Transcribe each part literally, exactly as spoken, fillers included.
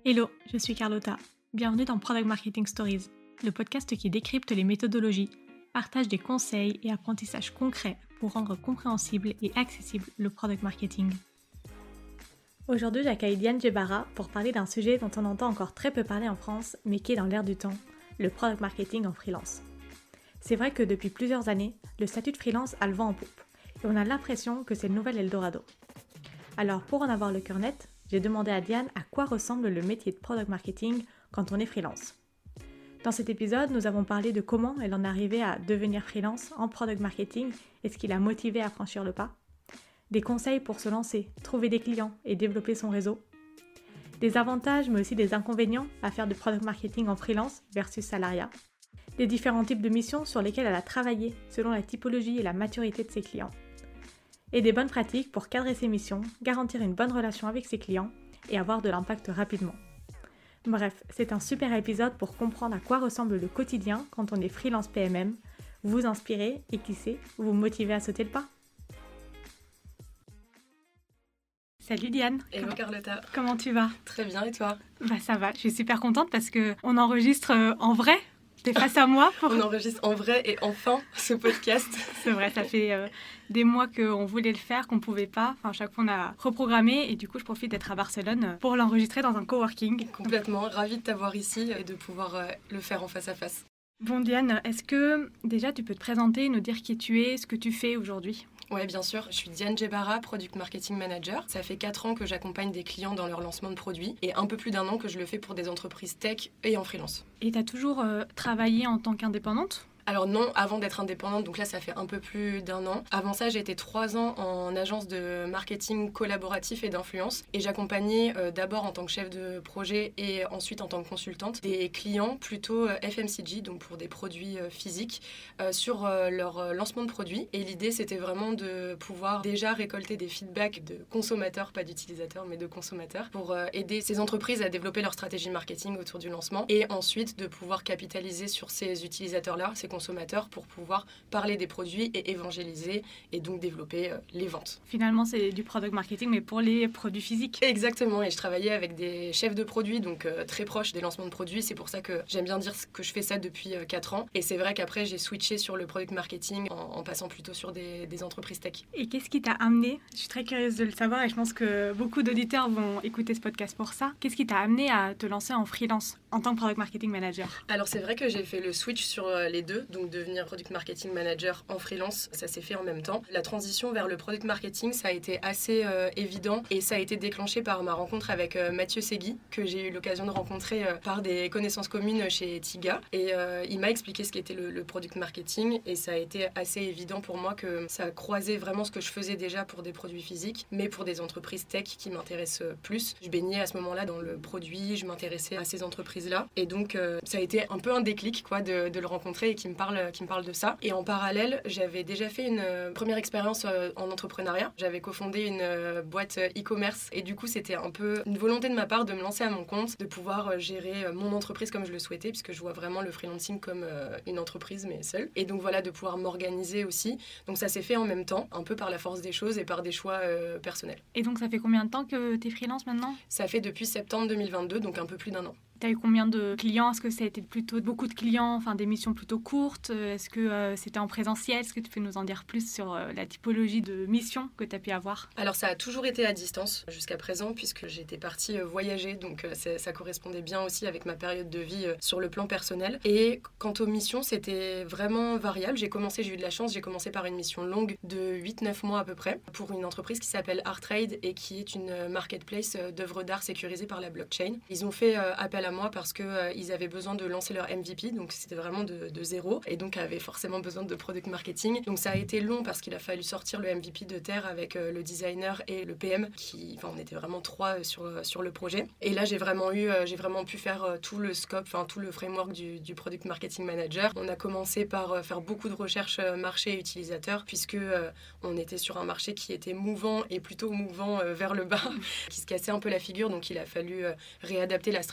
Hello, je suis Carlotta. Bienvenue dans Product Marketing Stories, le podcast qui décrypte les méthodologies, partage des conseils et apprentissages concrets pour rendre compréhensible et accessible le product marketing. Aujourd'hui, j'accueille Diane Djebara pour parler d'un sujet dont on entend encore très peu parler en France, mais qui est dans l'air du temps, le product marketing en freelance. C'est vrai que depuis plusieurs années, le statut de freelance a le vent en poupe, et on a l'impression que c'est le nouvel Eldorado. Alors pour en avoir le cœur net, j'ai demandé à Diane à quoi ressemble le métier de product marketing quand on est freelance. Dans cet épisode, nous avons parlé de comment elle en est arrivée à devenir freelance en product marketing et ce qui l'a motivée à franchir le pas. Des conseils pour se lancer, trouver des clients et développer son réseau. Des avantages mais aussi des inconvénients à faire du product marketing en freelance versus salariat. Des différents types de missions sur lesquelles elle a travaillé selon la typologie et la maturité de ses clients. Et des bonnes pratiques pour cadrer ses missions, garantir une bonne relation avec ses clients et avoir de l'impact rapidement. Bref, c'est un super épisode pour comprendre à quoi ressemble le quotidien quand on est freelance P M M, vous inspirer et qui sait, vous motiver à sauter le pas. Salut Diane. Hello Carlotta. Comment tu vas? Très bien, et toi? Bah ça va, je suis super contente parce qu'on enregistre en vrai. T'es face à moi pour... On enregistre en vrai et enfin ce podcast. C'est vrai, ça fait euh, des mois qu'on voulait le faire, qu'on ne pouvait pas. Enfin, chaque fois, on a reprogrammé et du coup, je profite d'être à Barcelone pour l'enregistrer dans un coworking. Complètement, ravie de t'avoir ici et de pouvoir euh, le faire en face à face. Bon Diane, est-ce que déjà tu peux te présenter, nous dire qui tu es, ce que tu fais aujourd'hui ? Ouais, bien sûr. Je suis Diane Djebara, Product Marketing Manager. Ça fait quatre ans que j'accompagne des clients dans leur lancement de produits et un peu plus d'un an que je le fais pour des entreprises tech et en freelance. Et tu as toujours euh, travaillé en tant qu'indépendante ? Alors non, avant d'être indépendante, donc là ça fait un peu plus d'un an. Avant ça, j'ai été trois ans en agence de marketing collaboratif et d'influence. Et j'accompagnais euh, d'abord en tant que chef de projet et ensuite en tant que consultante des clients plutôt euh, F M C G, donc pour des produits euh, physiques, euh, sur euh, leur euh, lancement de produits. Et l'idée, c'était vraiment de pouvoir déjà récolter des feedbacks de consommateurs, pas d'utilisateurs, mais de consommateurs, pour euh, aider ces entreprises à développer leur stratégie marketing autour du lancement. Et ensuite, de pouvoir capitaliser sur ces utilisateurs-là, ces consommateurs, pour pouvoir parler des produits et évangéliser et donc développer euh, les ventes. Finalement, c'est du product marketing, mais pour les produits physiques. Exactement, et je travaillais avec des chefs de produits, donc euh, très proches des lancements de produits. C'est pour ça que j'aime bien dire que je fais ça depuis euh, quatre ans. Et c'est vrai qu'après, j'ai switché sur le product marketing en, en passant plutôt sur des, des entreprises tech. Et qu'est-ce qui t'a amené, je suis très curieuse de le savoir et je pense que beaucoup d'auditeurs vont écouter ce podcast pour ça, qu'est-ce qui t'a amené à te lancer en freelance en tant que product marketing manager? Alors c'est vrai que j'ai fait le switch sur euh, les deux. Donc devenir product marketing manager en freelance, ça s'est fait en même temps. La transition vers le product marketing, ça a été assez euh, évident et ça a été déclenché par ma rencontre avec euh, Mathieu Segui, que j'ai eu l'occasion de rencontrer euh, par des connaissances communes chez Tiga. Et euh, il m'a expliqué ce qu'était le, le product marketing et ça a été assez évident pour moi que ça croisait vraiment ce que je faisais déjà pour des produits physiques, mais pour des entreprises tech qui m'intéressent plus. Je baignais à ce moment-là dans le produit, je m'intéressais à ces entreprises-là et donc euh, ça a été un peu un déclic quoi, de, de le rencontrer et qui me parle qui me parle de ça. Et en parallèle, j'avais déjà fait une euh, première expérience euh, en entrepreneuriat. J'avais cofondé une euh, boîte e-commerce et du coup, c'était un peu une volonté de ma part de me lancer à mon compte, de pouvoir euh, gérer euh, mon entreprise comme je le souhaitais, puisque je vois vraiment le freelancing comme euh, une entreprise, mais seule. Et donc voilà, de pouvoir m'organiser aussi. Donc ça s'est fait en même temps, un peu par la force des choses et par des choix euh, personnels. Et donc, ça fait combien de temps que tu es freelance maintenant ? Ça fait depuis septembre deux mille vingt-deux, donc un peu plus d'un an. T'as eu combien de clients ? Est-ce que ça a été plutôt beaucoup de clients, enfin des missions plutôt courtes ? Est-ce que euh, c'était en présentiel ? Est-ce que tu peux nous en dire plus sur euh, la typologie de missions que tu as pu avoir ? Alors ça a toujours été à distance jusqu'à présent puisque j'étais partie voyager, donc euh, ça, ça correspondait bien aussi avec ma période de vie euh, sur le plan personnel. Et quant aux missions, c'était vraiment variable. J'ai commencé, j'ai eu de la chance, j'ai commencé par une mission longue de huit neuf mois à peu près pour une entreprise qui s'appelle Artrade et qui est une marketplace d'œuvres d'art sécurisées par la blockchain. Ils ont fait euh, appel à moi parce qu'ils euh, avaient besoin de lancer leur M V P, donc c'était vraiment de, de zéro, et donc avaient forcément besoin de product marketing. Donc ça a été long parce qu'il a fallu sortir le M V P de terre avec euh, le designer et le P M, qui, enfin on était vraiment trois euh, sur, euh, sur le projet. Et là j'ai vraiment eu, euh, j'ai vraiment pu faire euh, tout le scope, enfin tout le framework du, du product marketing manager. On a commencé par euh, faire beaucoup de recherches euh, marché et utilisateur, puisque euh, on était sur un marché qui était mouvant et plutôt mouvant euh, vers le bas, qui se cassait un peu la figure, donc il a fallu euh, réadapter la stratégie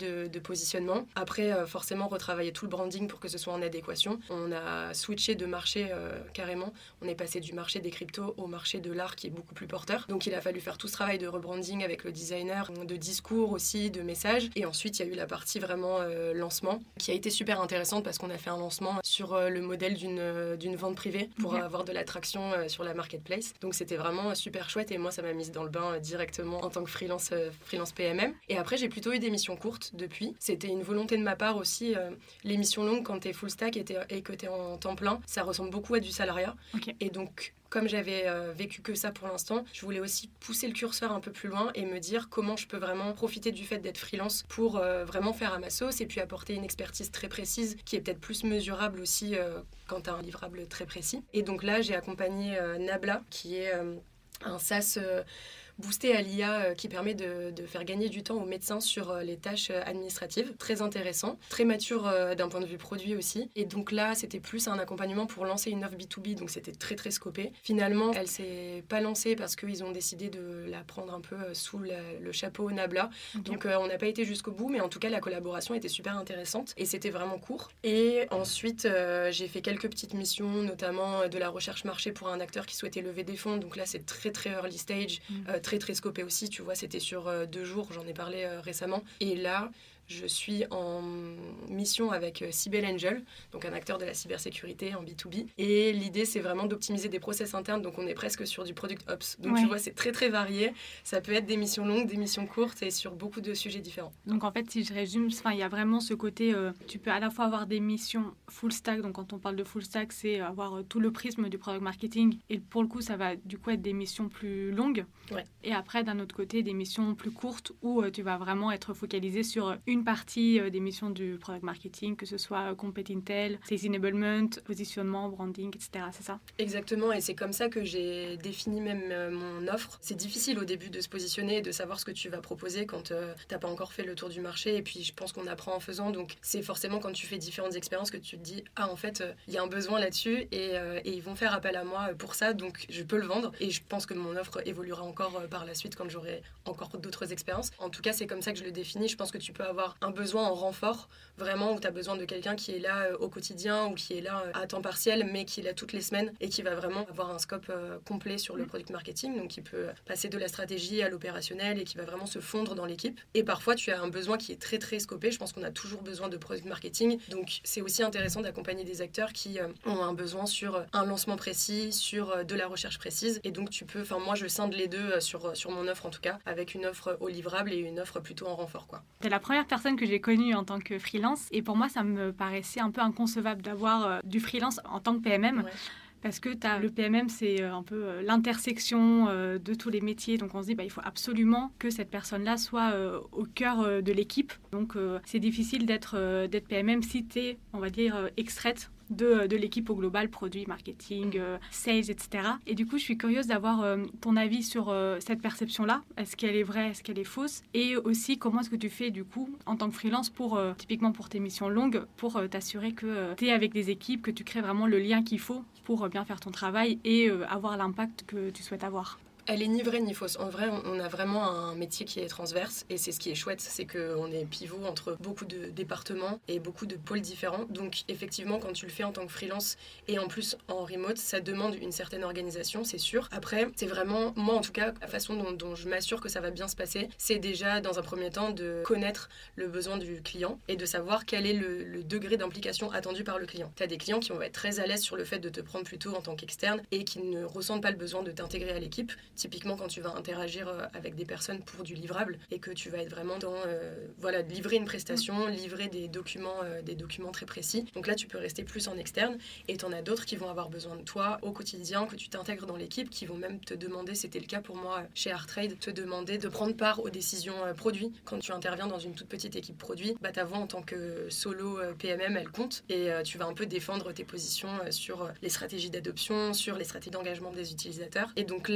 de, de positionnement. Après, euh, forcément, retravailler tout le branding pour que ce soit en adéquation. On a switché de marché euh, carrément. On est passé du marché des cryptos au marché de l'art qui est beaucoup plus porteur. Donc il a fallu faire tout ce travail de rebranding avec le designer, de discours aussi, de messages. Et ensuite, il y a eu la partie vraiment euh, lancement qui a été super intéressante parce qu'on a fait un lancement sur euh, le modèle d'une, euh, d'une vente privée pour Okay. avoir de l'attraction euh, sur la marketplace. Donc c'était vraiment super chouette et moi ça m'a mise dans le bain euh, directement en tant que freelance, euh, freelance P M M. Et après j'ai plutôt eu des missions courtes depuis. C'était une volonté de ma part aussi. Euh, les missions longues quand t'es full stack et, t'es, et que t'es en temps plein, ça ressemble beaucoup à du salariat. Okay. Et donc comme j'avais euh, vécu que ça pour l'instant, je voulais aussi pousser le curseur un peu plus loin et me dire comment je peux vraiment profiter du fait d'être freelance pour euh, vraiment faire à ma sauce et puis apporter une expertise très précise qui est peut-être plus mesurable aussi euh, quand tu as un livrable très précis. Et donc là, j'ai accompagné euh, Nabla, qui est euh, un SaaS euh, boosté à l'I A euh, qui permet de, de faire gagner du temps aux médecins sur euh, les tâches euh, administratives. Très intéressant, très mature euh, d'un point de vue produit aussi. Et donc là, c'était plus un accompagnement pour lancer une offre B deux B, donc c'était très très scopé. Finalement, elle s'est pas lancée parce qu'ils ont décidé de la prendre un peu euh, sous la, le chapeau Nabla. Okay. Donc euh, on n'a pas été jusqu'au bout, mais en tout cas, la collaboration était super intéressante et c'était vraiment court. Et ensuite, euh, j'ai fait quelques petites missions, notamment de la recherche marché pour un acteur qui souhaitait lever des fonds. Donc là, c'est très très early stage, mmh. euh, très très scopé aussi, tu vois, c'était sur euh, deux jours, j'en ai parlé euh, récemment. Et là, je suis en mission avec Cybelle Angel, donc un acteur de la cybersécurité en B deux B. Et l'idée, c'est vraiment d'optimiser des process internes, donc on est presque sur du Product Ops. Donc ouais. Tu vois, c'est très très varié. Ça peut être des missions longues, des missions courtes et sur beaucoup de sujets différents. Donc en fait, si je résume, il y a vraiment ce côté, euh, tu peux à la fois avoir des missions full stack, donc quand on parle de full stack, c'est avoir euh, tout le prisme du product marketing. Et pour le coup, ça va du coup être des missions plus longues. Ouais. Et après, d'un autre côté, des missions plus courtes où euh, tu vas vraiment être focalisé sur une partie euh, des missions du product marketing, que ce soit euh, compete intel, sales enablement, positionnement, branding, et cetera. C'est ça ? Exactement, et c'est comme ça que j'ai défini même euh, mon offre. C'est difficile au début de se positionner et de savoir ce que tu vas proposer quand euh, t'as pas encore fait le tour du marché. Et puis je pense qu'on apprend en faisant, donc c'est forcément quand tu fais différentes expériences que tu te dis « Ah, en fait, il euh, y a un besoin là-dessus et, euh, et ils vont faire appel à moi pour ça, donc je peux le vendre. » Et je pense que mon offre évoluera encore euh, par la suite quand j'aurai encore d'autres expériences. En tout cas, c'est comme ça que je le définis. Je pense que tu peux avoir un besoin en renfort, vraiment, où tu as besoin de quelqu'un qui est là euh, au quotidien ou qui est là euh, à temps partiel, mais qui est là toutes les semaines et qui va vraiment avoir un scope euh, complet sur le product marketing, donc qui peut passer de la stratégie à l'opérationnel et qui va vraiment se fondre dans l'équipe. Et parfois, tu as un besoin qui est très, très scopé. Je pense qu'on a toujours besoin de product marketing, donc c'est aussi intéressant d'accompagner des acteurs qui euh, ont un besoin sur un lancement précis, sur euh, de la recherche précise. Et donc, tu peux, enfin, moi, je scinde les deux euh, sur, sur mon offre, en tout cas, avec une offre au livrable et une offre plutôt en renfort, quoi. T'es la première personne que j'ai connue en tant que freelance et pour moi ça me paraissait un peu inconcevable d'avoir euh, du freelance en tant que P M M. Ouais. Parce que t'as, le P M M, c'est un peu l'intersection de tous les métiers. Donc, on se dit bah, il faut absolument que cette personne-là soit au cœur de l'équipe. Donc, c'est difficile d'être, d'être P M M si t'es, on va dire, extraite de, de l'équipe au global, produit, marketing, euh, sales, et cetera. Et du coup, je suis curieuse d'avoir euh, ton avis sur euh, cette perception-là. Est-ce qu'elle est vraie, est-ce qu'elle est fausse ? Et aussi, comment est-ce que tu fais, du coup, en tant que freelance, pour, euh, typiquement pour tes missions longues, pour euh, t'assurer que euh, tu es avec des équipes, que tu crées vraiment le lien qu'il faut pour euh, bien faire ton travail et euh, avoir l'impact que tu souhaites avoir ? Elle est ni vraie ni fausse. En vrai, on a vraiment un métier qui est transverse et c'est ce qui est chouette, c'est qu'on est pivot entre beaucoup de départements et beaucoup de pôles différents. Donc effectivement, quand tu le fais en tant que freelance et en plus en remote, ça demande une certaine organisation, c'est sûr. Après, c'est vraiment, moi en tout cas, la façon dont, dont je m'assure que ça va bien se passer, c'est déjà dans un premier temps de connaître le besoin du client et de savoir quel est le, le degré d'implication attendu par le client. Tu as des clients qui vont être très à l'aise sur le fait de te prendre plutôt en tant qu'externe et qui ne ressentent pas le besoin de t'intégrer à l'équipe. Typiquement quand tu vas interagir avec des personnes pour du livrable et que tu vas être vraiment dans euh, voilà, livrer une prestation, livrer des documents, euh, des documents très précis. Donc là, tu peux rester plus en externe et tu en as d'autres qui vont avoir besoin de toi au quotidien, que tu t'intègres dans l'équipe, qui vont même te demander, c'était le cas pour moi chez Artrade, te demander de prendre part aux décisions euh, produits. Quand tu interviens dans une toute petite équipe produit, bah, ta voix en tant que solo euh, P M M, elle compte et euh, tu vas un peu défendre tes positions euh, sur les stratégies d'adoption, sur les stratégies d'engagement des utilisateurs. Et donc là, c'est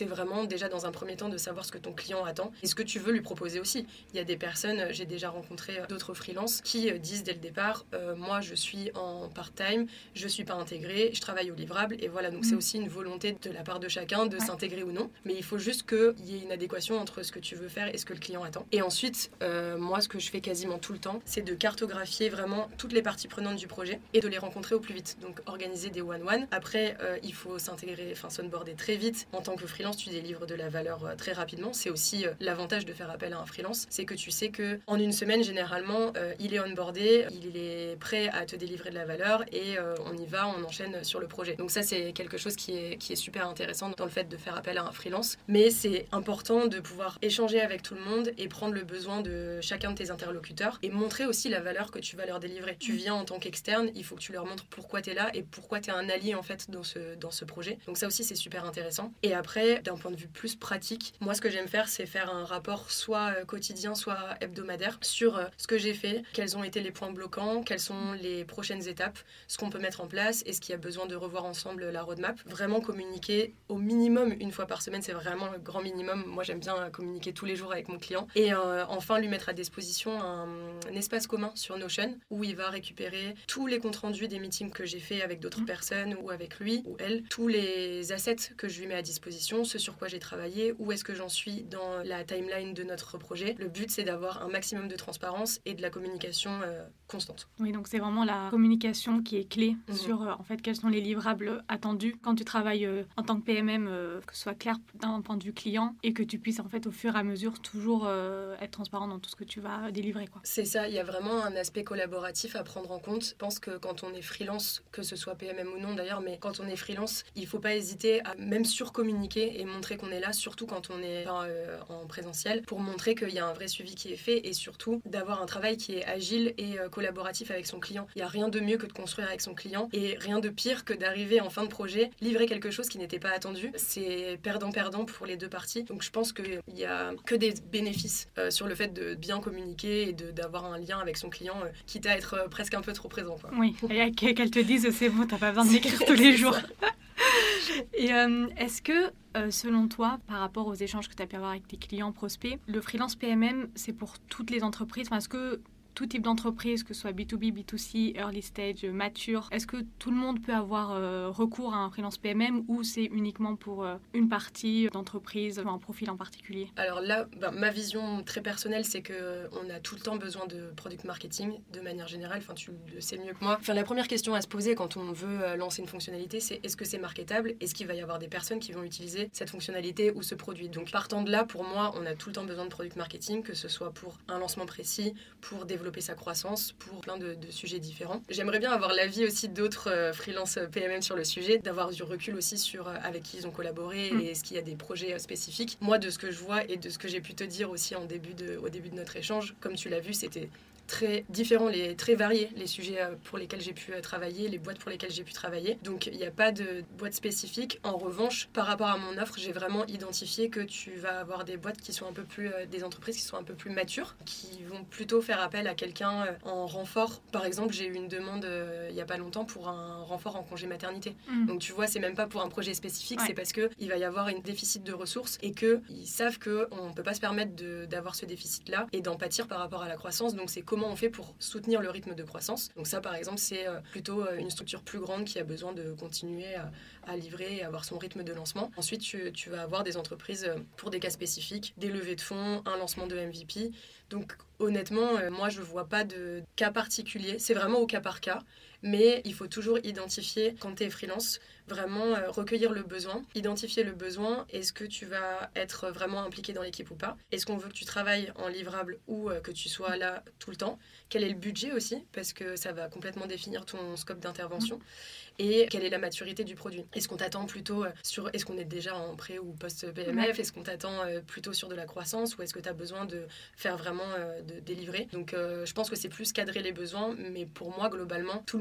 vraiment déjà dans un premier temps de savoir ce que ton client attend et ce que tu veux lui proposer aussi. Il y a des personnes, j'ai déjà rencontré d'autres freelances qui disent dès le départ euh, moi je suis en part-time, je suis pas intégrée, je travaille au livrable et voilà, donc mmh. c'est aussi une volonté de la part de chacun de ouais. s'intégrer ou non, mais il faut juste qu'il y ait une adéquation entre ce que tu veux faire et ce que le client attend. Et ensuite, euh, moi ce que je fais quasiment tout le temps, c'est de cartographier vraiment toutes les parties prenantes du projet et de les rencontrer au plus vite, donc organiser des one-one. Après euh, il faut s'intégrer, enfin s'onboarder très vite. En tant que freelance, tu délivres de la valeur euh, très rapidement. C'est aussi euh, l'avantage de faire appel à un freelance, c'est que tu sais que en une semaine généralement euh, il est onboardé, il est prêt à te délivrer de la valeur et euh, on y va, on enchaîne sur le projet. Donc ça c'est quelque chose qui est, qui est super intéressant dans le fait de faire appel à un freelance, mais c'est important de pouvoir échanger avec tout le monde et prendre le besoin de chacun de tes interlocuteurs et montrer aussi la valeur que tu vas leur délivrer. Tu viens en tant qu'externe, il faut que tu leur montres pourquoi tu es là et pourquoi tu es un allié en fait dans ce, dans ce projet. Donc ça aussi c'est super intéressant. Et après, d'un point de vue plus pratique, moi ce que j'aime faire c'est faire un rapport soit quotidien soit hebdomadaire sur ce que j'ai fait, quels ont été les points bloquants, quelles sont les prochaines étapes, ce qu'on peut mettre en place, est-ce qu'il y a besoin de revoir ensemble la roadmap. Vraiment communiquer au minimum une fois par semaine, c'est vraiment le grand minimum. Moi j'aime bien communiquer tous les jours avec mon client. Et euh, enfin lui mettre à disposition un, un espace commun sur Notion où il va récupérer tous les comptes rendus des meetings que j'ai fait avec d'autres mmh. personnes ou avec lui ou elle, tous les assets que je lui mets à disposition, ce sur quoi j'ai travaillé, où est-ce que j'en suis dans la timeline de notre projet. Le but c'est d'avoir un maximum de transparence et de la communication euh, constante. Oui, donc c'est vraiment la communication qui est clé mmh. sur euh, en fait quels sont les livrables attendus quand tu travailles euh, en tant que P M M, euh, que ce soit clair d'un point de vue client et que tu puisses en fait au fur et à mesure toujours euh, être transparent dans tout ce que tu vas délivrer, quoi. C'est ça, il y a vraiment un aspect collaboratif à prendre en compte. Je pense que quand on est freelance, que ce soit P M M ou non d'ailleurs, mais quand on est freelance, il faut pas hésiter à même surcommuniquer et montrer qu'on est là, surtout quand on est enfin, euh, en présentiel, pour montrer qu'il y a un vrai suivi qui est fait et surtout d'avoir un travail qui est agile et euh, collaboratif avec son client. Il y a rien de mieux que de construire avec son client et rien de pire que d'arriver en fin de projet, livrer quelque chose qui n'était pas attendu. C'est perdant-perdant pour les deux parties. Donc je pense qu'il y a que des bénéfices euh, sur le fait de bien communiquer et de, d'avoir un lien avec son client, euh, quitte à être euh, presque un peu trop présent, quoi. Oui, et qu'elle te dise c'est bon, t'as pas besoin de m'écrire tous les jours. Et euh, est-ce que, euh, selon toi, par rapport aux échanges que tu as pu avoir avec tes clients prospects, le freelance P M M, c'est pour toutes les entreprises? Enfin, est-ce que tout type d'entreprise, que ce soit B deux B, B deux C, early stage, mature, est-ce que tout le monde peut avoir euh, recours à un freelance P M M ou c'est uniquement pour euh, une partie d'entreprise, un profil en particulier? Alors là, ben, ma vision très personnelle, c'est qu'on a tout le temps besoin de product marketing de manière générale. Enfin, tu le sais mieux que moi. Enfin, la première question à se poser quand on veut lancer une fonctionnalité, c'est est-ce que c'est marketable? Est-ce qu'il va y avoir des personnes qui vont utiliser cette fonctionnalité ou ce produit? Donc, partant de là, pour moi, on a tout le temps besoin de product marketing, que ce soit pour un lancement précis, pour développer sa croissance, pour plein de, de sujets différents. J'aimerais bien avoir l'avis aussi d'autres euh, freelance P M M sur le sujet, d'avoir du recul aussi sur euh, avec qui ils ont collaboré mmh. et est-ce qu'il y a des projets euh, spécifiques. Moi, de ce que je vois et de ce que j'ai pu te dire aussi en début de, au début de notre échange, comme tu l'as vu, c'était très différents, les, très variés, les sujets pour lesquels j'ai pu travailler, les boîtes pour lesquelles j'ai pu travailler. Donc, il n'y a pas de boîte spécifique. En revanche, par rapport à mon offre, j'ai vraiment identifié que tu vas avoir des boîtes qui sont un peu plus, des entreprises qui sont un peu plus matures, qui vont plutôt faire appel à quelqu'un en renfort. Par exemple, j'ai eu une demande euh, il n'y a pas longtemps pour un renfort en congé maternité. Mmh. Donc, tu vois, c'est même pas pour un projet spécifique, ouais. c'est parce qu'il va y avoir un déficit de ressources et qu'ils savent qu'on ne peut pas se permettre de, d'avoir ce déficit-là et d'en pâtir par rapport à la croissance. Donc, c'est comment on fait pour soutenir le rythme de croissance. Donc ça, par exemple, c'est plutôt une structure plus grande qui a besoin de continuer à, à livrer et avoir son rythme de lancement. Ensuite, tu, tu vas avoir des entreprises pour des cas spécifiques, des levées de fonds, un lancement de M V P. Donc honnêtement, moi, je ne vois pas de cas particulier. C'est vraiment au cas par cas. Mais il faut toujours identifier, quand tu es freelance, vraiment euh, recueillir le besoin, identifier le besoin. Est-ce que tu vas être vraiment impliqué dans l'équipe ou pas? Est-ce qu'on veut que tu travailles en livrable ou euh, que tu sois là tout le temps? Quel est le budget aussi? Parce que ça va complètement définir ton scope d'intervention. Et quelle est la maturité du produit? Est-ce qu'on t'attend plutôt sur... Est-ce qu'on est déjà en pré ou post-P M F? Ouais. Est-ce qu'on t'attend plutôt sur de la croissance? Ou est-ce que tu as besoin de faire vraiment, euh, de délivrer? Donc, euh, je pense que c'est plus cadrer les besoins. Mais pour moi, globalement, tout le monde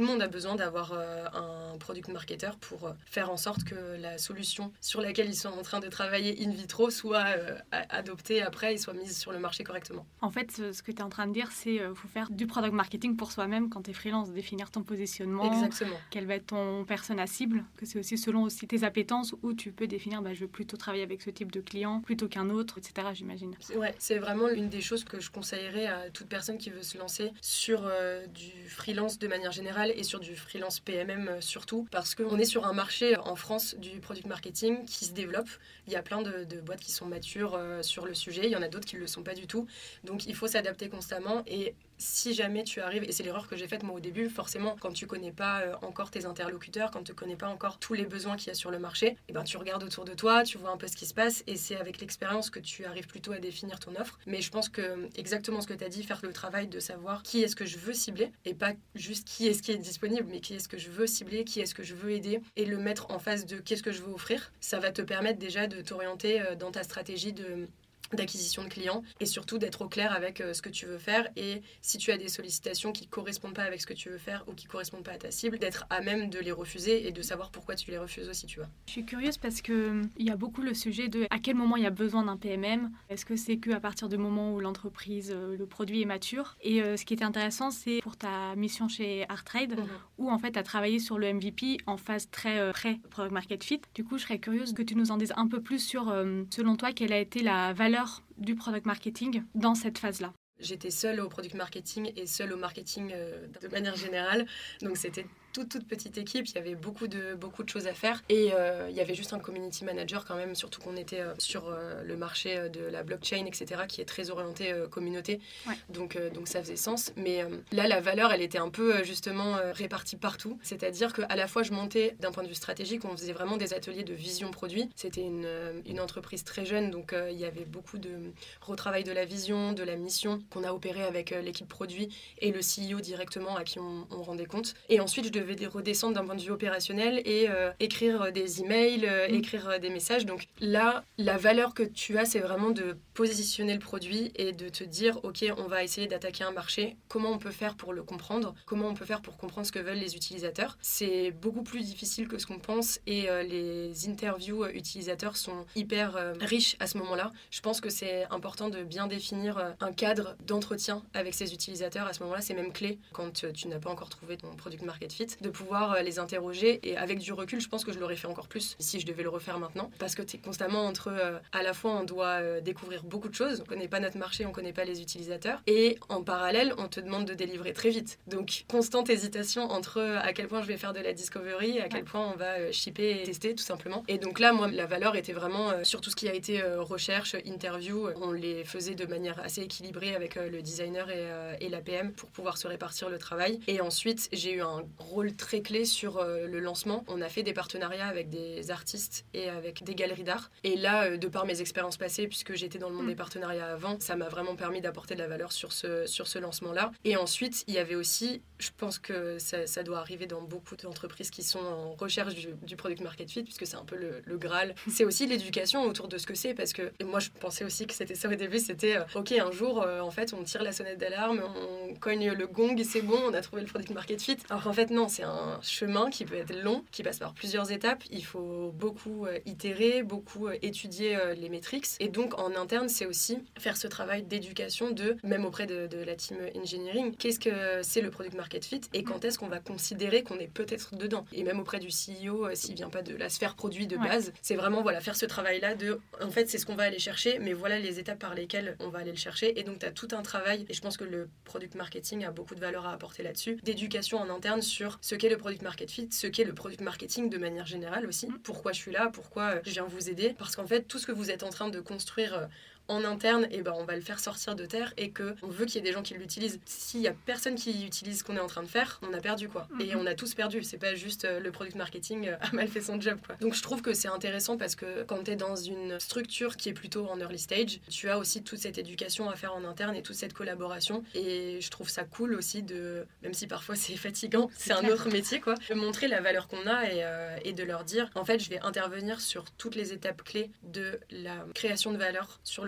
monde a besoin d'avoir euh, un product marketer pour euh, faire en sorte que la solution sur laquelle ils sont en train de travailler in vitro soit euh, adoptée après et soit mise sur le marché correctement. En fait, ce que tu es en train de dire, c'est qu'il euh, faut faire du product marketing pour soi-même quand tu es freelance, définir ton positionnement, Exactement. Quelle va être ton persona cible, que c'est aussi selon aussi tes appétences où tu peux définir bah, je veux plutôt travailler avec ce type de client plutôt qu'un autre, et cetera, j'imagine. Ouais, c'est vraiment une des choses que je conseillerais à toute personne qui veut se lancer sur euh, du freelance de manière générale et sur du freelance P M M surtout, parce qu'on est sur un marché en France du product marketing qui se développe. Il y a plein de, de boîtes qui sont matures euh, sur le sujet, il y en a d'autres qui ne le sont pas du tout. Donc il faut s'adapter constamment et si jamais tu arrives, et c'est l'erreur que j'ai faite moi au début, forcément quand tu connais pas euh, encore tes interlocuteurs, quand tu connais pas encore tous les besoins qu'il y a sur le marché, et ben tu regardes autour de toi, tu vois un peu ce qui se passe et c'est avec l'expérience que tu arrives plutôt à définir ton offre. Mais je pense que exactement ce que tu as dit, faire le travail de savoir qui est-ce que je veux cibler et pas juste qui est-ce qui est disponible, mais qui est-ce que je veux cibler, qui est-ce que je veux aider et le mettre en face de qu'est-ce que je veux offrir, ça va te permettre déjà de t'orienter euh, dans ta stratégie de d'acquisition de clients et surtout d'être au clair avec euh, ce que tu veux faire et si tu as des sollicitations qui correspondent pas avec ce que tu veux faire ou qui correspondent pas à ta cible, d'être à même de les refuser et de savoir pourquoi tu les refuses aussi, tu vois. Je suis curieuse parce que il y a beaucoup le sujet de à quel moment il y a besoin d'un P M M. Est-ce que c'est qu'à partir du moment où l'entreprise, euh, le produit est mature? Et euh, ce qui était intéressant, c'est pour ta mission chez ArtTrade, mm-hmm. où en fait tu as travaillé sur le M V P en phase très euh, pré-product market fit. Du coup, je serais curieuse que tu nous en dises un peu plus sur, euh, selon toi, quelle a été la valeur du product marketing dans cette phase-là. J'étais seule au product marketing et seule au marketing euh, de manière générale, donc c'était toute, toute petite équipe, il y avait beaucoup de, beaucoup de choses à faire et euh, il y avait juste un community manager quand même, surtout qu'on était euh, sur euh, le marché de la blockchain, et cetera, qui est très orienté euh, communauté, ouais. donc, euh, donc ça faisait sens. Mais euh, là, la valeur, elle était un peu euh, justement euh, répartie partout, c'est-à-dire qu'à la fois je montais d'un point de vue stratégique, on faisait vraiment des ateliers de vision produit, c'était une, euh, une entreprise très jeune, donc euh, il y avait beaucoup de retravail de la vision, de la mission qu'on a opéré avec euh, l'équipe produit et le C E O directement à qui on, on rendait compte. Et ensuite, je devais redescendre d'un point de vue opérationnel et euh, écrire des emails, euh, mmh. écrire des messages. Donc là, la valeur que tu as, c'est vraiment de positionner le produit et de te dire, ok, on va essayer d'attaquer un marché. Comment on peut faire pour le comprendre? Comment on peut faire pour comprendre ce que veulent les utilisateurs? C'est beaucoup plus difficile que ce qu'on pense et euh, les interviews utilisateurs sont hyper euh, riches à ce moment-là. Je pense que c'est important de bien définir euh, un cadre d'entretien avec ces utilisateurs. À ce moment-là, c'est même clé quand euh, tu n'as pas encore trouvé ton product market fit, de pouvoir euh, les interroger. Et avec du recul, je pense que je l'aurais fait encore plus si je devais le refaire maintenant. Parce que tu es constamment entre, euh, à la fois, on doit euh, découvrir beaucoup de choses. On ne connaît pas notre marché, on ne connaît pas les utilisateurs. Et en parallèle, on te demande de délivrer très vite. Donc, constante hésitation entre euh, à quel point je vais faire de la discovery et à quel point on va euh, shipper et tester, tout simplement. Et donc là, moi, la valeur était vraiment euh, sur tout ce qui a été euh, recherche, interview. On les faisait de manière assez équilibrée avec euh, le designer et, euh, et la P M pour pouvoir se répartir le travail. Et ensuite, j'ai eu un rôle très clé sur euh, le lancement. On a fait des partenariats avec des artistes et avec des galeries d'art. Et là, euh, de par mes expériences passées, puisque j'étais dans le monde mmh. des partenariats avant, ça m'a vraiment permis d'apporter de la valeur sur ce, sur ce lancement-là. Et ensuite, il y avait aussi, je pense que ça, ça doit arriver dans beaucoup d'entreprises qui sont en recherche du, du product market fit, puisque c'est un peu le, le Graal. C'est aussi l'éducation autour de ce que c'est, parce que moi, je pensais aussi que c'était ça au début, c'était, euh, ok, un jour, euh, en fait, on tire la sonnette d'alarme, on cogne le gong et c'est bon, on a trouvé le product market fit. Alors qu'en fait, non, c'est un chemin qui peut être long, qui passe par plusieurs étapes. Il faut beaucoup euh, itérer, beaucoup euh, étudier euh, les métriques. Et donc, en interne, c'est aussi faire ce travail d'éducation de, même auprès de, de la team engineering, qu'est-ce que c'est le product market fit et quand est-ce qu'on va considérer qu'on est peut-être dedans. Et même auprès du C E O, euh, s'il vient pas de la sphère produit de base, ouais. c'est vraiment voilà, faire ce travail-là de, en fait, c'est ce qu'on va aller chercher, mais voilà les étapes par lesquelles on va aller le chercher. Et donc, tu as tout un travail, et je pense que le product marketing a beaucoup de valeur à apporter là-dessus, d'éducation en interne sur ce qu'est le product market fit, ce qu'est le product marketing de manière générale aussi, pourquoi je suis là, pourquoi je viens vous aider, parce qu'en fait, tout ce que vous êtes en train de construire en interne, et ben on va le faire sortir de terre et que on veut qu'il y ait des gens qui l'utilisent. S'il y a personne qui utilise ce qu'on est en train de faire, on a perdu quoi. Mm-hmm. Et on a tous perdu. C'est pas juste euh, le product marketing a mal fait son job quoi. Donc je trouve que c'est intéressant parce que quand tu es dans une structure qui est plutôt en early stage, tu as aussi toute cette éducation à faire en interne et toute cette collaboration. Et je trouve ça cool aussi de, même si parfois c'est fatigant, c'est, c'est un autre métier quoi, de montrer la valeur qu'on a et, euh, et de leur dire en fait je vais intervenir sur toutes les étapes clés de la création de valeur sur le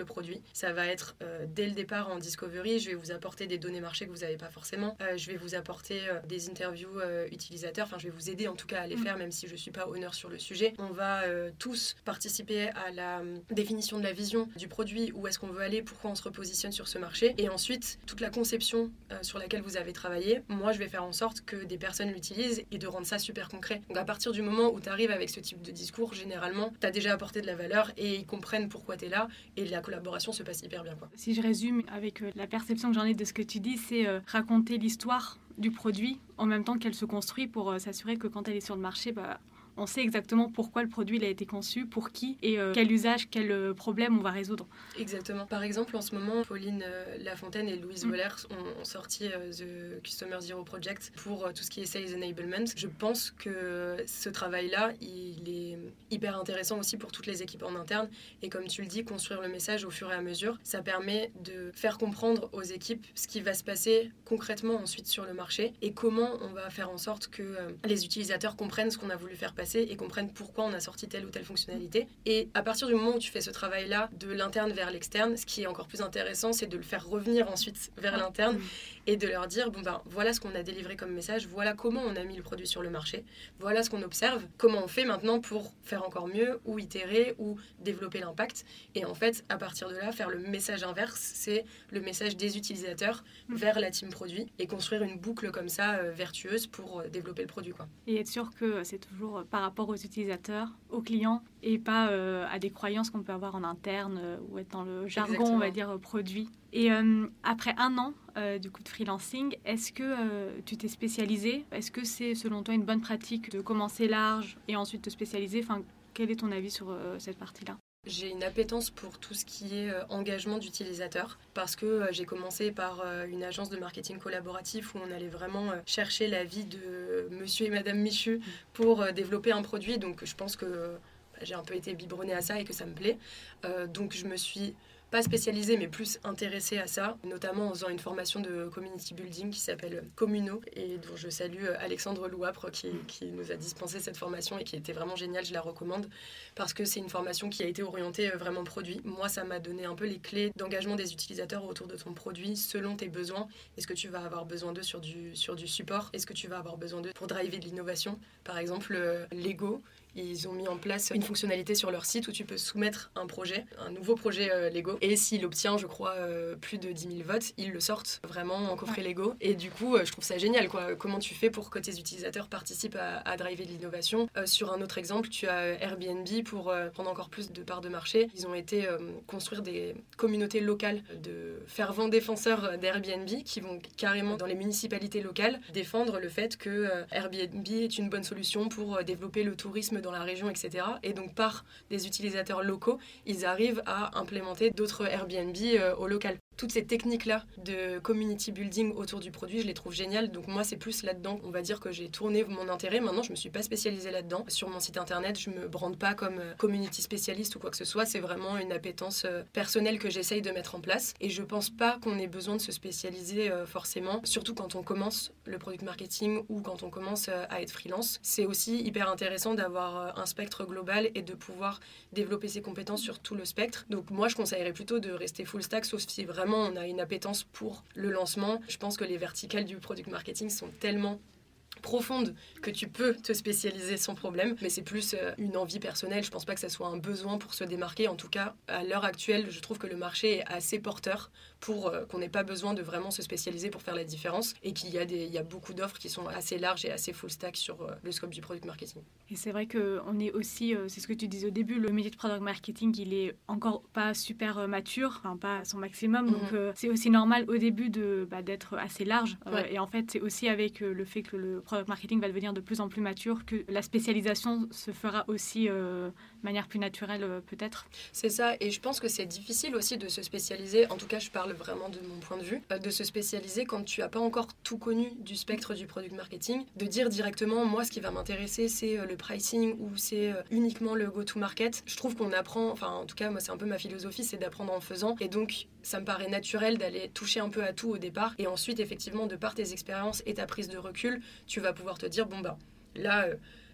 produit. Ça va être euh, dès le départ en discovery, je vais vous apporter des données marché que vous n'avez pas forcément. Euh, je vais vous apporter euh, des interviews euh, utilisateurs. Enfin, je vais vous aider en tout cas à les faire, même si je ne suis pas honneur sur le sujet. On va euh, tous participer à la euh, définition de la vision du produit, où est-ce qu'on veut aller, pourquoi on se repositionne sur ce marché. Et ensuite, toute la conception euh, sur laquelle vous avez travaillé, moi, je vais faire en sorte que des personnes l'utilisent et de rendre ça super concret. Donc, à partir du moment où tu arrives avec ce type de discours, généralement, tu as déjà apporté de la valeur et ils comprennent pourquoi tu es là et la collaboration se passe hyper bien, quoi. Si je résume avec euh, la perception que j'en ai de ce que tu dis, c'est euh, raconter l'histoire du produit en même temps qu'elle se construit pour euh, s'assurer que quand elle est sur le marché, bah, on sait exactement pourquoi le produit il a été conçu, pour qui et euh, quel usage, quel euh, problème on va résoudre. Exactement. Par exemple, en ce moment, Pauline euh, Lafontaine et Louise Mm. Woller ont, ont sorti euh, The Customer Zero Project pour euh, tout ce qui est Sales Enablement. Je pense que ce travail-là, il est hyper intéressant aussi pour toutes les équipes en interne. Et comme tu le dis, construire le message au fur et à mesure, ça permet de faire comprendre aux équipes ce qui va se passer concrètement ensuite sur le marché et comment on va faire en sorte que euh, les utilisateurs comprennent ce qu'on a voulu faire passer et comprennent pourquoi on a sorti telle ou telle fonctionnalité. Et à partir du moment où tu fais ce travail-là de l'interne vers l'externe, ce qui est encore plus intéressant, c'est de le faire revenir ensuite vers l'interne et de leur dire, bon ben voilà ce qu'on a délivré comme message, voilà comment on a mis le produit sur le marché, voilà ce qu'on observe, comment on fait maintenant pour faire encore mieux, ou itérer, ou développer l'impact. Et en fait, à partir de là, faire le message inverse, c'est le message des utilisateurs vers la team produit et construire une boucle comme ça euh, vertueuse pour euh, développer le produit, quoi. Et être sûr que c'est toujours par rapport aux utilisateurs, aux clients, et pas euh, à des croyances qu'on peut avoir en interne euh, ou être dans le jargon, Exactement. on va dire, produit. Et euh, après un an euh, du coup de freelancing, est-ce que euh, tu t'es spécialisée ? Est-ce que c'est selon toi une bonne pratique de commencer large et ensuite te spécialiser ? Enfin, quel est ton avis sur euh, cette partie-là ? J'ai une appétence pour tout ce qui est euh, engagement d'utilisateur parce que euh, j'ai commencé par euh, une agence de marketing collaboratif où on allait vraiment euh, chercher l'avis de monsieur et madame Michu pour euh, développer un produit. Donc je pense que euh, j'ai un peu été biberonnée à ça et que ça me plaît. Euh, donc je me suis pas spécialisée, mais plus intéressée à ça, notamment en faisant une formation de community building qui s'appelle Communo, et dont je salue Alexandre Louapre qui, qui nous a dispensé cette formation et qui était vraiment géniale, je la recommande, parce que c'est une formation qui a été orientée vraiment produit. Moi, ça m'a donné un peu les clés d'engagement des utilisateurs autour de ton produit, selon tes besoins. Est-ce que tu vas avoir besoin d'eux sur du, sur du support ? Est-ce que tu vas avoir besoin d'eux pour driver de l'innovation ? Par exemple, euh, Lego, ils ont mis en place une fonctionnalité sur leur site où tu peux soumettre un projet, un nouveau projet euh, Lego. Et s'il obtient, je crois, euh, plus de dix mille votes, ils le sortent vraiment en coffret Lego. Et du coup, euh, je trouve ça génial, quoi. Comment tu fais pour que tes utilisateurs participent à, à driver de l'innovation ? euh, Sur un autre exemple, tu as Airbnb pour euh, prendre encore plus de parts de marché. Ils ont été euh, construire des communautés locales de fervents défenseurs d'Airbnb qui vont carrément dans les municipalités locales défendre le fait que euh, Airbnb est une bonne solution pour euh, développer le tourisme dans la région, et cetera. Et donc, par des utilisateurs locaux, ils arrivent à implémenter d'autres Airbnb euh, au local. Toutes ces techniques-là de community building autour du produit, je les trouve géniales. Donc moi, c'est plus là-dedans. On va dire que j'ai tourné mon intérêt. Maintenant, je me suis pas spécialisée là-dedans. Sur mon site internet, je me brande pas comme community spécialiste ou quoi que ce soit. C'est vraiment une appétence personnelle que j'essaye de mettre en place. Et je pense pas qu'on ait besoin de se spécialiser forcément, surtout quand on commence le product marketing ou quand on commence à être freelance. C'est aussi hyper intéressant d'avoir un spectre global et de pouvoir développer ses compétences sur tout le spectre. Donc moi, je conseillerais plutôt de rester full stack, sauf si vraiment on a une appétence pour le lancement. Je pense que les verticales du product marketing sont tellement profonde que tu peux te spécialiser sans problème, mais c'est plus euh, une envie personnelle. Je pense pas que ça soit un besoin pour se démarquer. En tout cas, à l'heure actuelle, je trouve que le marché est assez porteur pour euh, qu'on n'ait pas besoin de vraiment se spécialiser pour faire la différence et qu'il y a, des, il y a beaucoup d'offres qui sont assez larges et assez full stack sur euh, le scope du product marketing. Et c'est vrai qu'on est aussi, euh, c'est ce que tu disais au début, le métier de product marketing, il est encore pas super euh, mature, enfin pas à son maximum, mm-hmm. donc euh, c'est aussi normal au début de, bah, d'être assez large. Euh, ouais. Et en fait, c'est aussi avec euh, le fait que le product marketing va devenir de plus en plus mature que la spécialisation se fera aussi euh, de manière plus naturelle euh, peut-être. C'est ça, et je pense que c'est difficile aussi de se spécialiser, en tout cas je parle vraiment de mon point de vue, euh, de se spécialiser quand tu n'as pas encore tout connu du spectre du product marketing, de dire directement moi ce qui va m'intéresser c'est euh, le pricing ou c'est euh, uniquement le go-to-market. Je trouve qu'on apprend, enfin en tout cas moi c'est un peu ma philosophie, c'est d'apprendre en faisant, et donc ça me paraît naturel d'aller toucher un peu à tout au départ, et ensuite effectivement de par tes expériences et ta prise de recul, tu vas pouvoir te dire bon bah là euh,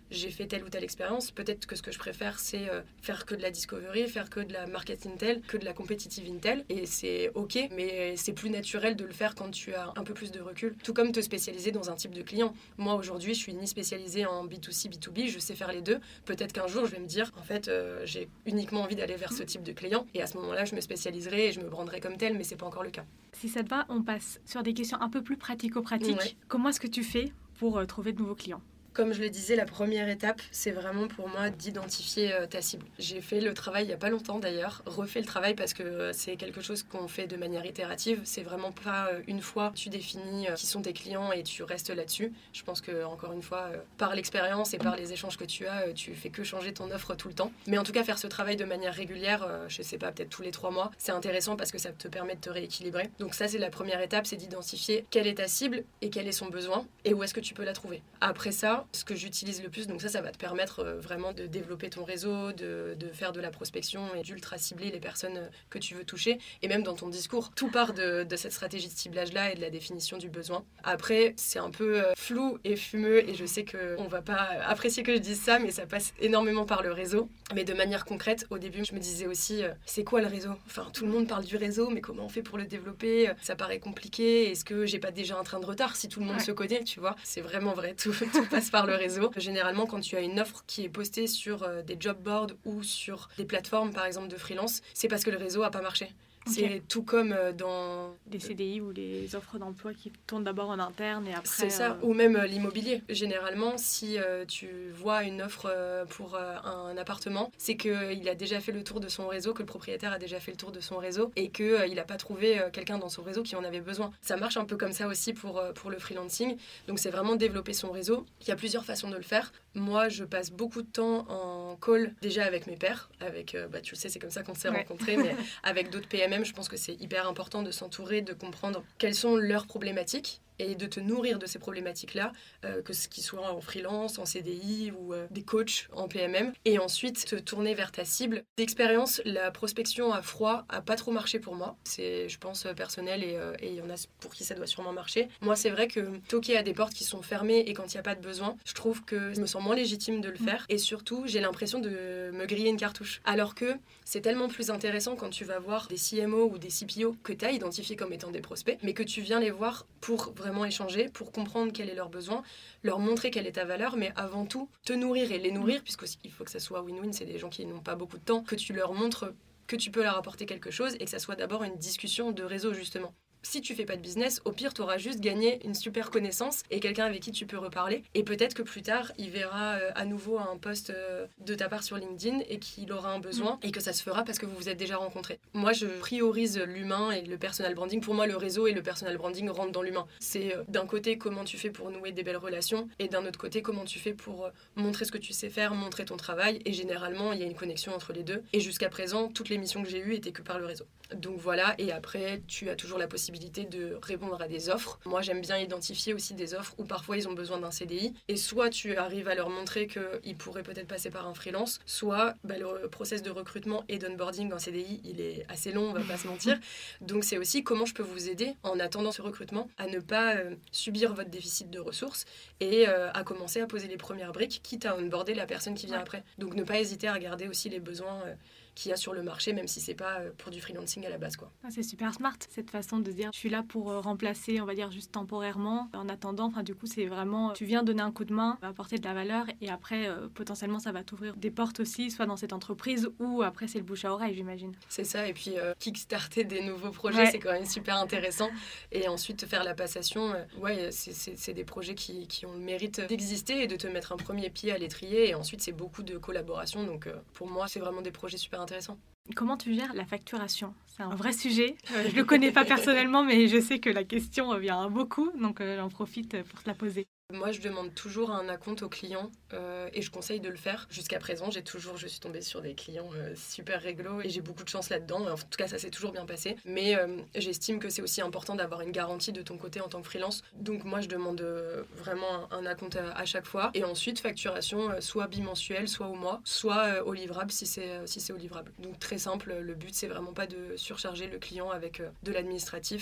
j'ai fait telle ou telle expérience. Peut-être que ce que je préfère, c'est euh, faire que de la discovery, faire que de la market intel, que de la competitive intel. Et c'est OK, mais c'est plus naturel de le faire quand tu as un peu plus de recul. Tout comme te spécialiser dans un type de client. Moi, aujourd'hui, je suis ni spécialisée en B deux C, B deux B, je sais faire les deux. Peut-être qu'un jour, je vais me dire, en fait, euh, j'ai uniquement envie d'aller vers ce type de client. Et à ce moment-là, je me spécialiserai et je me brandrai comme tel, mais c'est pas encore le cas. Si ça te va, on passe sur des questions un peu plus pratico-pratiques. Ouais. Comment est-ce que tu fais pour euh, trouver de nouveaux clients ? Comme je le disais, la première étape, c'est vraiment pour moi d'identifier euh, ta cible. J'ai fait le travail il n'y a pas longtemps d'ailleurs, refait le travail parce que euh, c'est quelque chose qu'on fait de manière itérative. C'est vraiment pas euh, une fois tu définis euh, qui sont tes clients et tu restes là-dessus. Je pense que encore une fois, euh, par l'expérience et par les échanges que tu as, euh, tu fais que changer ton offre tout le temps. Mais en tout cas, faire ce travail de manière régulière, euh, je sais pas, peut-être tous les trois mois, c'est intéressant parce que ça te permet de te rééquilibrer. Donc ça, c'est la première étape, c'est d'identifier quelle est ta cible et quel est son besoin et où est-ce que tu peux la trouver. Après ça, ce que j'utilise le plus, donc ça, ça va te permettre euh, vraiment de développer ton réseau, de, de faire de la prospection et d'ultra cibler les personnes que tu veux toucher. Et même dans ton discours, tout part de, de cette stratégie de ciblage-là et de la définition du besoin. Après, c'est un peu euh, flou et fumeux et je sais qu'on ne va pas apprécier que je dise ça, mais ça passe énormément par le réseau. Mais de manière concrète, au début, je me disais aussi, euh, c'est quoi le réseau ? Enfin, tout le monde parle du réseau, mais comment on fait pour le développer ? Ça paraît compliqué. Est-ce que j'ai pas déjà un train de retard si tout le monde ouais. se connaît, tu vois ? C'est vraiment vrai, tout, tout passe par le réseau. Généralement, quand tu as une offre qui est postée sur euh, des job boards ou sur des plateformes, par exemple, de freelance, c'est parce que le réseau n'a pas marché. Okay. C'est tout comme euh, dans... des C D I ou les offres d'emploi qui tournent d'abord en interne et après... C'est ça, euh... ou même euh, l'immobilier. Généralement, si euh, tu vois une offre euh, pour euh, un appartement, c'est qu'il a déjà fait le tour de son réseau, que le propriétaire a déjà fait le tour de son réseau et qu'il euh, n'a pas trouvé euh, quelqu'un dans son réseau qui en avait besoin. Ça marche un peu comme ça aussi pour, euh, pour le freelancing. Donc c'est vraiment développer son réseau. Il y a plusieurs façons de le faire. Moi, je passe beaucoup de temps en call, déjà avec mes pairs, avec, euh, bah, tu le sais, c'est comme ça qu'on s'est ouais. rencontrés, mais avec d'autres P M M, je pense que c'est hyper important de s'entourer, de comprendre quelles sont leurs problématiques et de te nourrir de ces problématiques-là, euh, que ce qui soit en freelance, en C D I ou euh, des coachs en P M M. Et ensuite, te tourner vers ta cible. D'expérience, la prospection à froid a pas trop marché pour moi. C'est, je pense, personnel et euh, et il y en a pour qui ça doit sûrement marcher. Moi, c'est vrai que toquer à des portes qui sont fermées et quand il n'y a pas de besoin, je trouve que je me sens moins légitime de le faire. Et surtout, j'ai l'impression de me griller une cartouche. Alors que c'est tellement plus intéressant quand tu vas voir des C M O ou des C P O que tu as identifiés comme étant des prospects, mais que tu viens les voir pour vraiment échanger, pour comprendre quel est leur besoin, leur montrer quelle est ta valeur, mais avant tout, te nourrir et les nourrir, puisqu'il faut que ça soit win-win, c'est des gens qui n'ont pas beaucoup de temps, que tu leur montres que tu peux leur apporter quelque chose et que ça soit d'abord une discussion de réseau, justement. Si tu fais pas de business, au pire, tu auras juste gagné une super connaissance et quelqu'un avec qui tu peux reparler. Et peut-être que plus tard, il verra euh, à nouveau un post euh, de ta part sur LinkedIn et qu'il aura un besoin mmh. et que ça se fera parce que vous vous êtes déjà rencontrés. Moi, je priorise l'humain et le personal branding. Pour moi, le réseau et le personal branding rentrent dans l'humain. C'est euh, d'un côté comment tu fais pour nouer des belles relations et d'un autre côté comment tu fais pour euh, montrer ce que tu sais faire, montrer ton travail. Et généralement, il y a une connexion entre les deux. Et jusqu'à présent, toutes les missions que j'ai eues étaient que par le réseau. Donc voilà, et après, tu as toujours la possibilité de répondre à des offres. Moi, j'aime bien identifier aussi des offres où parfois ils ont besoin d'un C D I et soit tu arrives à leur montrer qu'ils pourraient peut-être passer par un freelance, soit bah, le process de recrutement et d'onboarding en C D I, il est assez long, on va pas se mentir. Donc c'est aussi comment je peux vous aider en attendant ce recrutement à ne pas euh, subir votre déficit de ressources et euh, à commencer à poser les premières briques, quitte à onboarder la personne qui vient ouais. après. Donc ne pas hésiter à regarder aussi les besoins euh, qu'il y a sur le marché, même si c'est pas pour du freelancing à la base, quoi. Ah, c'est super smart, cette façon de dire je suis là pour remplacer, on va dire, juste temporairement. En attendant, enfin, du coup, c'est vraiment, tu viens donner un coup de main, apporter de la valeur, et après, euh, potentiellement, ça va t'ouvrir des portes aussi, soit dans cette entreprise, ou après, c'est le bouche à oreille, j'imagine. C'est ça, et puis euh, kickstarter des nouveaux projets, ouais. c'est quand même super intéressant. Et ensuite, faire la passation, euh, ouais, c'est, c'est, c'est des projets qui, qui ont le mérite d'exister et de te mettre un premier pied à l'étrier, et ensuite, c'est beaucoup de collaboration. Donc, euh, pour moi, c'est vraiment des projets super intéressants. Comment tu gères la facturation ? C'est un vrai sujet. Euh, je ne le connais pas personnellement, mais je sais que la question revient beaucoup, donc euh, j'en profite pour te la poser. Moi, je demande toujours un acompte au client euh, et je conseille de le faire. Jusqu'à présent, j'ai toujours, je suis tombée sur des clients euh, super réglo et j'ai beaucoup de chance là-dedans. En tout cas, ça s'est toujours bien passé. Mais euh, j'estime que c'est aussi important d'avoir une garantie de ton côté en tant que freelance. Donc moi, je demande euh, vraiment un, un acompte à, à chaque fois. Et ensuite, facturation euh, soit bimensuelle, soit au mois, soit euh, au livrable si c'est, euh, si c'est au livrable. Donc très simple, le but, c'est vraiment pas de surcharger le client avec euh, de l'administratif.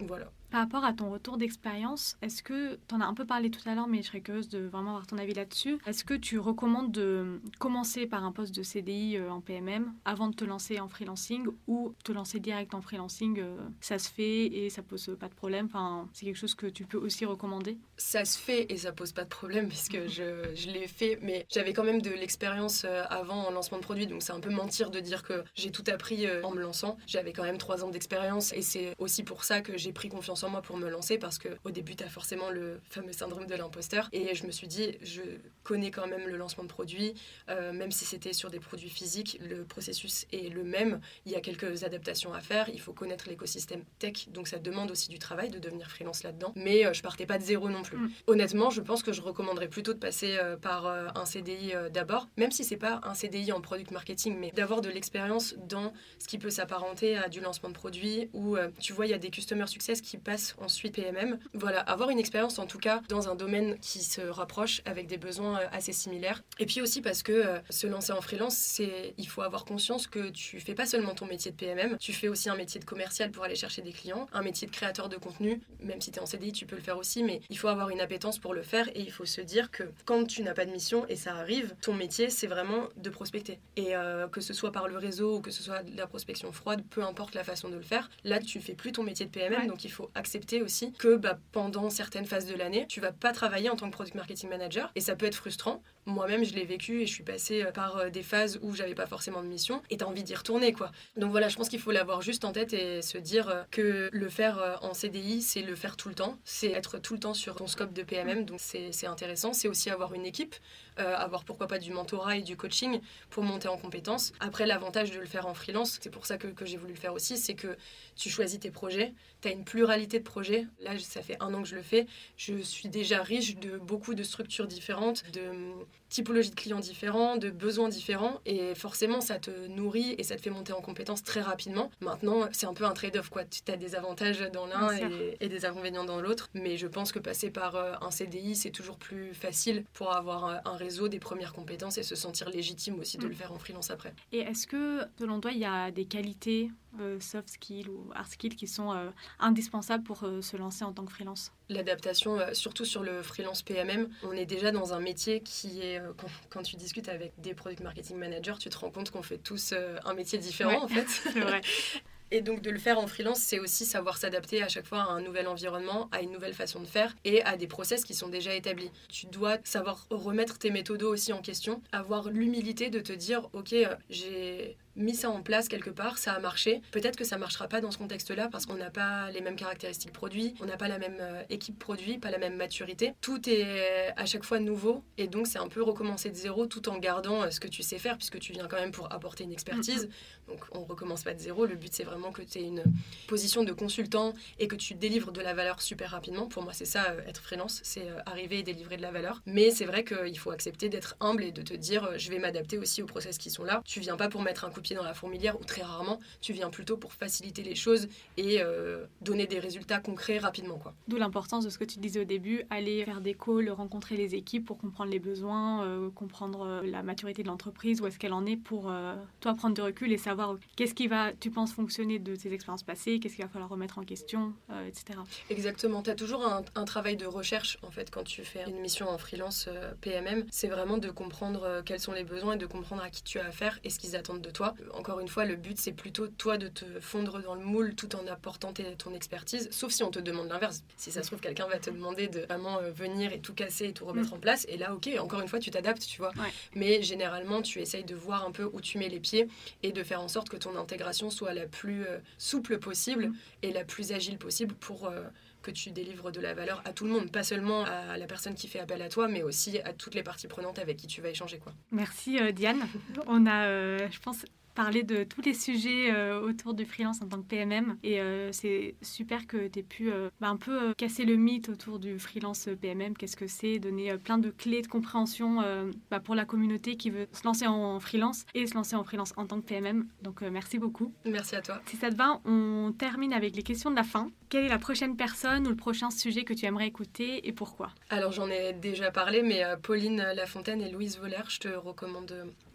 Voilà. Par rapport à ton retour d'expérience, est-ce que, tu en as un peu parlé tout à l'heure, mais je serais curieuse de vraiment avoir ton avis là-dessus, est-ce que tu recommandes de commencer par un poste de C D I en P M M avant de te lancer en freelancing ou te lancer direct en freelancing, euh, ça se fait et ça pose pas de problème, enfin, c'est quelque chose que tu peux aussi recommander? Ça se fait et ça pose pas de problème puisque je, je l'ai fait, mais j'avais quand même de l'expérience avant en lancement de produit, donc c'est un peu mentir de dire que j'ai tout appris en me lançant. J'avais quand même trois ans d'expérience et c'est aussi pour ça que j'ai pris confiance en moi pour me lancer, parce qu'au début tu as forcément le fameux syndrome de l'imposteur et je me suis dit je connais quand même le lancement de produit, euh, même si c'était sur des produits physiques, le processus est le même, il y a quelques adaptations à faire, il faut connaître l'écosystème tech, donc ça demande aussi du travail de devenir freelance là-dedans, mais euh, je partais pas de zéro non plus. Mm. Honnêtement, je pense que je recommanderais plutôt de passer euh, par euh, un C D I euh, d'abord, même si c'est pas un C D I en product marketing, mais d'avoir de l'expérience dans ce qui peut s'apparenter à du lancement de produit, où euh, tu vois il y a des customer success qui passent ensuite P M M. Voilà, avoir une expérience en tout cas dans un domaine qui se rapproche avec des besoins euh, assez similaires. Et puis aussi parce que euh, se lancer en freelance, c'est, il faut avoir conscience que tu fais pas seulement ton métier de P M M, tu fais aussi un métier de commercial pour aller chercher des clients, un métier de créateur de contenu, même si tu es en C D I tu peux le faire aussi, mais il faut avoir une appétence pour le faire et il faut se dire que quand tu n'as pas de mission et ça arrive, ton métier c'est vraiment de prospecter. Et euh, que ce soit par le réseau ou que ce soit de la prospection froide, peu importe la façon de le faire, là tu fais plus ton métier de P M M, ouais. Donc il faut accepter aussi que bah, pendant certaines phases de l'année, tu vas pas travailler en tant que product marketing manager et ça peut être frustrant. Moi-même je l'ai vécu et je suis passée par des phases où j'avais pas forcément de mission et t'as envie d'y retourner quoi. Donc voilà, je pense qu'il faut l'avoir juste en tête et se dire que le faire en C D I c'est le faire tout le temps, c'est être tout le temps sur ton scope de P M M, donc c'est, c'est intéressant. C'est aussi avoir une équipe, euh, avoir pourquoi pas du mentorat et du coaching pour monter en compétences. Après, l'avantage de le faire en freelance, c'est pour ça que, que j'ai voulu le faire aussi, c'est que tu choisis tes projets, tu as une pluralité de projets. Là, ça fait un an que je le fais. Je suis déjà riche de beaucoup de structures différentes, de typologies de clients différents, de besoins différents et forcément, ça te nourrit et ça te fait monter en compétences très rapidement. Maintenant, c'est un peu un trade-off, quoi. Tu as des avantages dans l'un et, et des inconvénients dans l'autre, mais je pense que passer par un C D I, c'est toujours plus facile pour avoir un réseau, des premières compétences et se sentir légitime aussi de mmh. le faire en freelance après. Et est-ce que, selon toi, il y a des qualités euh, soft skills ou hard skills qui sont euh, indispensables pour euh, se lancer en tant que freelance? L'adaptation, euh, surtout sur le freelance P M M, on est déjà dans un métier qui est, euh, quand, quand tu discutes avec des product marketing managers, tu te rends compte qu'on fait tous euh, un métier différent, ouais. En fait. C'est vrai. Et donc de le faire en freelance, c'est aussi savoir s'adapter à chaque fois à un nouvel environnement, à une nouvelle façon de faire et à des process qui sont déjà établis. Tu dois savoir remettre tes méthodos aussi en question, avoir l'humilité de te dire « Ok, euh, j'ai mis ça en place quelque part, ça a marché. Peut-être que ça marchera pas dans ce contexte-là parce qu'on n'a pas les mêmes caractéristiques produits, on n'a pas la même euh, équipe produit, pas la même maturité. Tout est à chaque fois nouveau et donc c'est un peu recommencer de zéro tout en gardant euh, ce que tu sais faire puisque tu viens quand même pour apporter une expertise. Donc on recommence pas de zéro. Le but c'est vraiment que tu aies une position de consultant et que tu délivres de la valeur super rapidement. Pour moi c'est ça euh, être freelance, c'est euh, arriver et délivrer de la valeur. Mais c'est vrai qu'il faut accepter d'être humble et de te dire euh, je vais m'adapter aussi aux process qui sont là. Tu viens pas pour mettre un coup pied dans la fourmilière ou très rarement, tu viens plutôt pour faciliter les choses et euh, donner des résultats concrets rapidement, quoi. D'où l'importance de ce que tu disais au début, aller faire des calls, rencontrer les équipes pour comprendre les besoins, euh, comprendre euh, la maturité de l'entreprise, où est-ce qu'elle en est pour euh, toi prendre du recul et savoir qu'est-ce qui va, tu penses, fonctionner de tes expériences passées, qu'est-ce qu'il va falloir remettre en question, euh, et cetera. Exactement, tu as toujours un, un travail de recherche en fait quand tu fais une mission en freelance euh, P M M, c'est vraiment de comprendre euh, quels sont les besoins et de comprendre à qui tu as affaire et ce qu'ils attendent de toi. Encore une fois, le but, c'est plutôt toi de te fondre dans le moule tout en apportant tes, ton expertise, sauf si on te demande l'inverse. Si ça se trouve, quelqu'un va te demander de vraiment euh, venir et tout casser et tout remettre mmh. en place. Et là, ok, encore une fois, tu t'adaptes, tu vois. Ouais. Mais généralement, tu essayes de voir un peu où tu mets les pieds et de faire en sorte que ton intégration soit la plus euh, souple possible mmh. et la plus agile possible pour... Euh, que tu délivres de la valeur à tout le monde, pas seulement à la personne qui fait appel à toi, mais aussi à toutes les parties prenantes avec qui tu vas échanger, quoi. Merci euh, Diane. On a, euh, je pense... parler de tous les sujets euh, autour du freelance en tant que P M M et euh, c'est super que tu aies pu euh, bah, un peu euh, casser le mythe autour du freelance P M M, qu'est-ce que c'est, donner euh, plein de clés de compréhension euh, bah, pour la communauté qui veut se lancer en freelance et se lancer en freelance en tant que P M M, donc euh, merci beaucoup. Merci à toi. Si ça te va, on termine avec les questions de la fin. Quelle est la prochaine personne ou le prochain sujet que tu aimerais écouter et pourquoi? Alors j'en ai déjà parlé, mais euh, Pauline Lafontaine et Louise Voller, je te recommande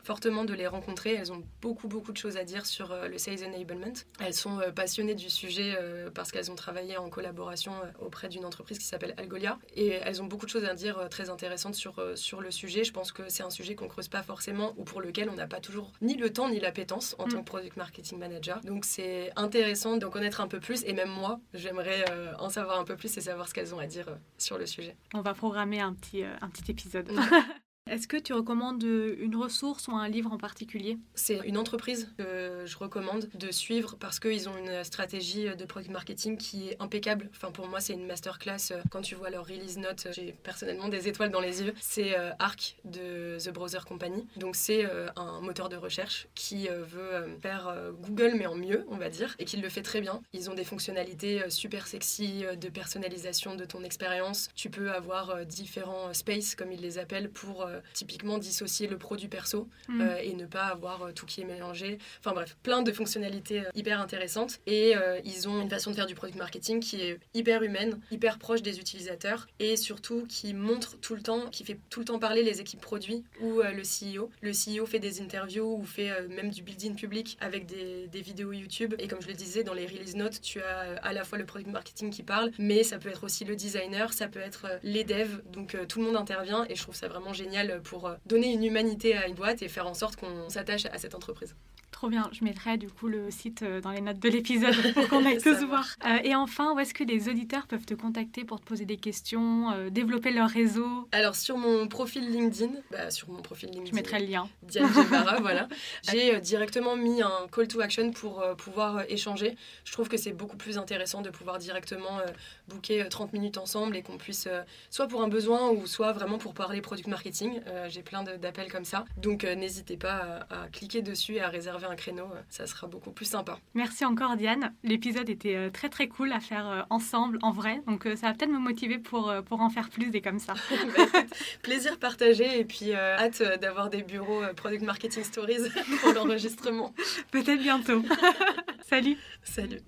fortement de les rencontrer. Elles ont beaucoup, beaucoup de choses à dire sur euh, le Sales Enablement. Elles sont euh, passionnées du sujet euh, parce qu'elles ont travaillé en collaboration euh, auprès d'une entreprise qui s'appelle Algolia. Et elles ont beaucoup de choses à dire euh, très intéressantes sur, euh, sur le sujet. Je pense que c'est un sujet qu'on ne creuse pas forcément ou pour lequel on n'a pas toujours ni le temps ni l'appétence en mmh. tant que Product Marketing Manager. Donc c'est intéressant d'en connaître un peu plus. Et même moi, j'aimerais euh, en savoir un peu plus et savoir ce qu'elles ont à dire euh, sur le sujet. On va programmer un petit, euh, un petit épisode. Est-ce que tu recommandes une ressource ou un livre en particulier ? C'est une entreprise que je recommande de suivre parce qu'ils ont une stratégie de product marketing qui est impeccable. Enfin, pour moi, c'est une masterclass. Quand tu vois leur release note, j'ai personnellement des étoiles dans les yeux. C'est euh, Arc de The Browser Company. Donc, c'est euh, un moteur de recherche qui euh, veut euh, faire euh, Google, mais en mieux, on va dire, et qui le fait très bien. Ils ont des fonctionnalités euh, super sexy euh, de personnalisation de ton expérience. Tu peux avoir euh, différents spaces, comme ils les appellent, pour euh, typiquement dissocier le pro du perso mmh. euh, et ne pas avoir euh, tout qui est mélangé. Enfin bref, plein de fonctionnalités euh, hyper intéressantes. Et euh, ils ont une façon de faire du product marketing qui est hyper humaine, hyper proche des utilisateurs et surtout qui montre tout le temps, qui fait tout le temps parler les équipes produits ou euh, le C E O. Le C E O fait des interviews ou fait euh, même du build-in public avec des, des vidéos YouTube. Et comme je le disais, dans les release notes, tu as euh, à la fois le product marketing qui parle, mais ça peut être aussi le designer, ça peut être euh, les devs. Donc euh, tout le monde intervient et je trouve ça vraiment génial pour donner une humanité à une boîte et faire en sorte qu'on s'attache à cette entreprise. Trop bien, je mettrai du coup le site dans les notes de l'épisode pour qu'on aille tous voir. Euh, et enfin, où est-ce que les auditeurs peuvent te contacter pour te poser des questions, euh, développer leur réseau ? Alors sur mon profil LinkedIn, bah, sur mon profil LinkedIn, je mettrai le lien. Diane Gilbara, voilà. J'ai euh, directement mis un call to action pour euh, pouvoir euh, échanger. Je trouve que c'est beaucoup plus intéressant de pouvoir directement euh, booker euh, trente minutes ensemble et qu'on puisse, euh, soit pour un besoin ou soit vraiment pour parler product marketing. Euh, j'ai plein de, d'appels comme ça. Donc euh, n'hésitez pas à, à cliquer dessus et à réserver un créneau, ça sera beaucoup plus sympa. Merci encore Diane, l'épisode était très très cool à faire ensemble en vrai, donc ça va peut-être me motiver pour, pour en faire plus des comme ça. Bah, écoute, plaisir partagé et puis euh, hâte d'avoir des bureaux euh, Product Marketing Stories pour l'enregistrement. Peut-être bientôt. Salut. Salut.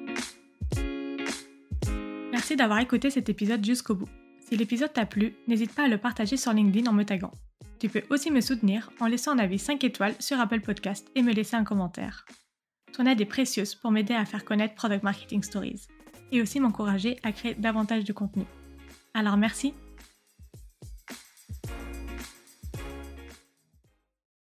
Merci d'avoir écouté cet épisode jusqu'au bout. Si l'épisode t'a plu, n'hésite pas à le partager sur LinkedIn en me taguant. Tu peux aussi me soutenir en laissant un avis cinq étoiles sur Apple Podcast et me laisser un commentaire. Ton aide est précieuse pour m'aider à faire connaître Product Marketing Stories et aussi m'encourager à créer davantage de contenu. Alors merci